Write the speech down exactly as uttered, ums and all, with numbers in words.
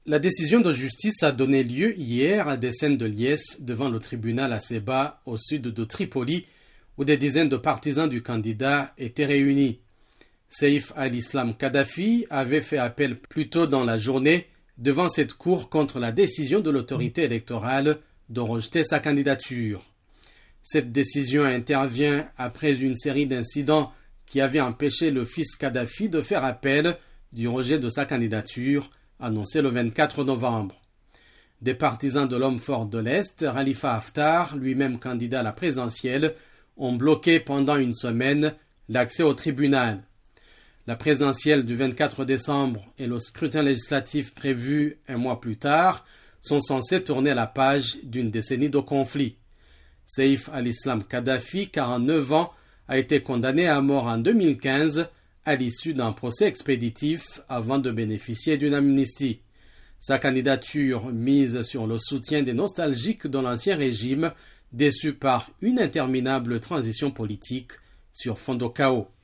La décision de justice a donné lieu hier à des scènes de liesse devant le tribunal à Sebha, au sud de Tripoli, où des dizaines de partisans du candidat étaient réunis. Saïf al-Islam Kadhafi avait fait appel plus tôt dans la journée devant cette cour contre la décision de l'autorité électorale de rejeter sa candidature. Cette décision intervient après une série d'incidents qui avaient empêché le fils Kadhafi de faire appel du rejet de sa candidature, annoncé le vingt-quatre novembre. Des partisans de l'homme fort de l'Est, Khalifa Haftar, lui-même candidat à la présidentielle, ont bloqué pendant une semaine l'accès au tribunal. La présidentielle du vingt-quatre décembre et le scrutin législatif prévu un mois plus tard sont censés tourner la page d'une décennie de conflit. Saïf al-Islam Kadhafi, quarante-neuf ans, a été condamné à mort en deux mille quinze à l'issue d'un procès expéditif avant de bénéficier d'une amnistie. Sa candidature mise sur le soutien des nostalgiques de l'ancien régime, déçus par une interminable transition politique sur fond de chaos.